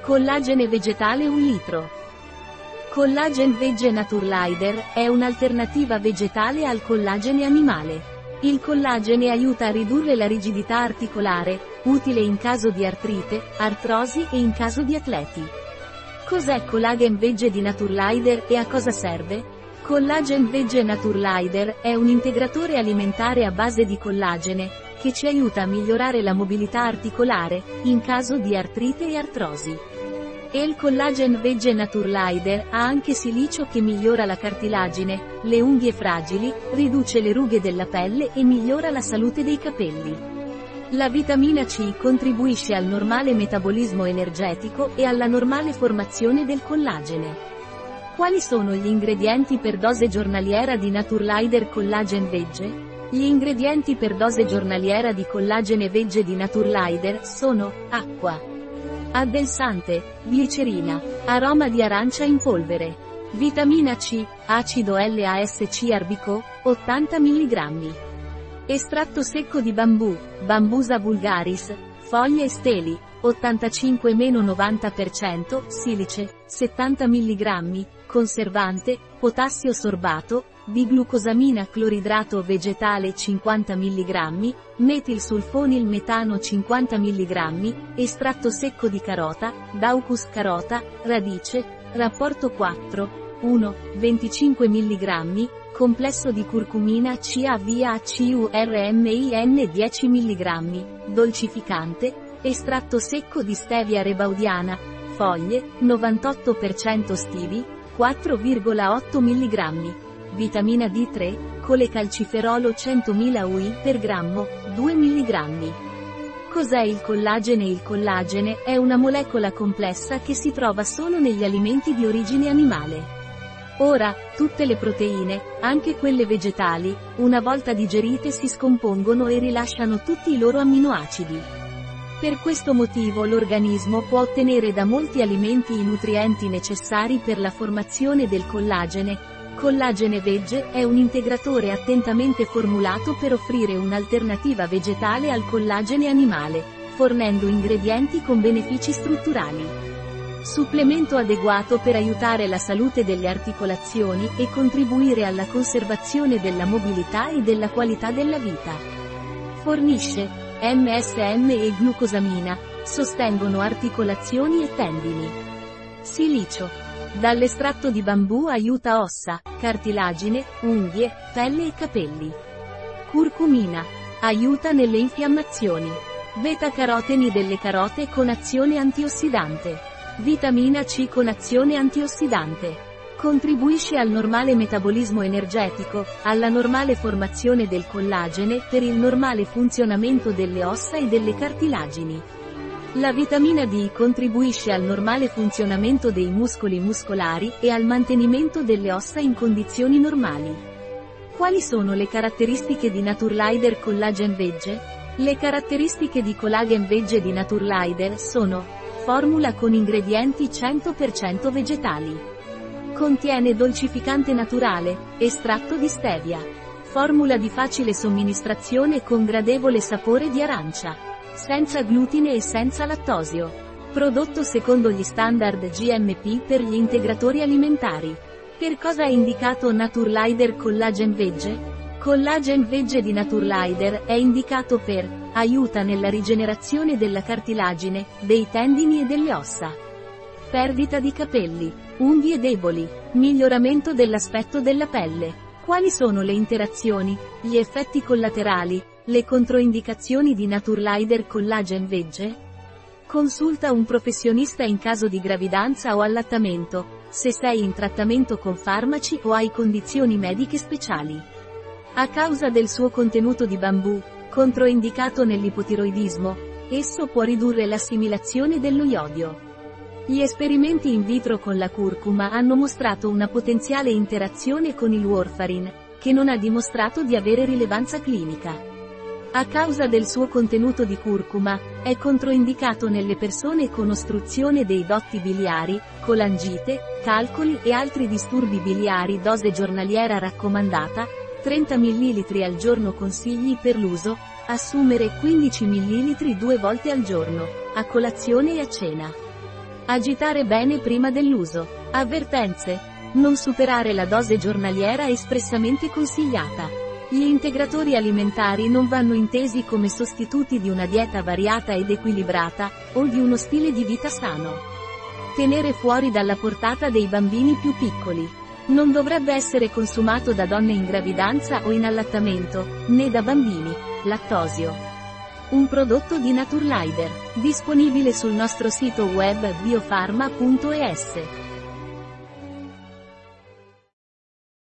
Collagene vegetale 1 litro. Collagen Veg Naturlider è un'alternativa vegetale al collagene animale. Il collagene aiuta a ridurre la rigidità articolare, utile in caso di artrite, artrosi e in caso di atleti. Cos'è Collagen Veg di Naturlider e a cosa serve? Collagen Veg Naturlider è un integratore alimentare a base di collagene, che ci aiuta a migliorare la mobilità articolare, in caso di artrite e artrosi. E il Collagen Veg Naturlider ha anche silicio che migliora la cartilagine, le unghie fragili, riduce le rughe della pelle e migliora la salute dei capelli. La vitamina C contribuisce al normale metabolismo energetico e alla normale formazione del collagene. Quali sono gli ingredienti per dose giornaliera di Naturlider Collagen Veg? Gli ingredienti per dose giornaliera di collagene veg di Naturlider sono: acqua, addensante, glicerina, aroma di arancia in polvere, vitamina C, acido LASC-arbico, 80 mg, estratto secco di bambù, Bambusa vulgaris, foglie e steli, 85-90%, silice, 70 mg, conservante, potassio sorbato, biglucosamina cloridrato vegetale 50 mg, metilsulfonil metano 50 mg, estratto secco di carota, Daucus carota, radice, rapporto 4:1, 25 mg, complesso di curcumina CAVACURMIN 10 mg, dolcificante, estratto secco di stevia rebaudiana, foglie, 98% stevia, 4,8 mg. Vitamina D3, colecalciferolo 100.000 UI per grammo, 2 mg. Cos'è il collagene? Il collagene è una molecola complessa che si trova solo negli alimenti di origine animale. Ora, tutte le proteine, anche quelle vegetali, una volta digerite si scompongono e rilasciano tutti i loro amminoacidi. Per questo motivo l'organismo può ottenere da molti alimenti i nutrienti necessari per la formazione del collagene. Collagene Veg è un integratore attentamente formulato per offrire un'alternativa vegetale al collagene animale, fornendo ingredienti con benefici strutturali. Supplemento adeguato per aiutare la salute delle articolazioni e contribuire alla conservazione della mobilità e della qualità della vita. Fornisce MSM e glucosamina, sostengono articolazioni e tendini. Silicio. Dall'estratto di bambù aiuta ossa, cartilagine, unghie, pelle e capelli. Curcumina. Aiuta nelle infiammazioni. Beta-caroteni delle carote con azione antiossidante. Vitamina C con azione antiossidante. Contribuisce al normale metabolismo energetico, alla normale formazione del collagene per il normale funzionamento delle ossa e delle cartilagini. La vitamina D contribuisce al normale funzionamento dei muscoli muscolari e al mantenimento delle ossa in condizioni normali. Quali sono le caratteristiche di Naturlider Collagen Veg? Le caratteristiche di Collagen Veg di Naturlider sono: formula con ingredienti 100% vegetali. Contiene dolcificante naturale, estratto di stevia. Formula di facile somministrazione con gradevole sapore di arancia. Senza glutine e senza lattosio. Prodotto secondo gli standard GMP per gli integratori alimentari. Per cosa è indicato Naturlider Collagen Veg? Collagen Veg di Naturlider è indicato per: aiuta nella rigenerazione della cartilagine, dei tendini e delle ossa. Perdita di capelli, unghie deboli, miglioramento dell'aspetto della pelle. Quali sono le interazioni, gli effetti collaterali, le controindicazioni di Naturlider Collagen Veg? Consulta un professionista in caso di gravidanza o allattamento, se sei in trattamento con farmaci o hai condizioni mediche speciali. A causa del suo contenuto di bambù, controindicato nell'ipotiroidismo, esso può ridurre l'assimilazione dello iodio. Gli esperimenti in vitro con la curcuma hanno mostrato una potenziale interazione con il warfarin, che non ha dimostrato di avere rilevanza clinica. A causa del suo contenuto di curcuma, è controindicato nelle persone con ostruzione dei dotti biliari, colangite, calcoli e altri disturbi biliari. Dose giornaliera raccomandata, 30 ml al giorno. Consigli per l'uso: assumere 15 ml 2 volte al giorno, a colazione e a cena. Agitare bene prima dell'uso. Avvertenze. Non superare la dose giornaliera espressamente consigliata. Gli integratori alimentari non vanno intesi come sostituti di una dieta variata ed equilibrata, o di uno stile di vita sano. Tenere fuori dalla portata dei bambini più piccoli. Non dovrebbe essere consumato da donne in gravidanza o in allattamento, né da bambini. Lattosio. Un prodotto di Naturelider, disponibile sul nostro sito web biofarma.es.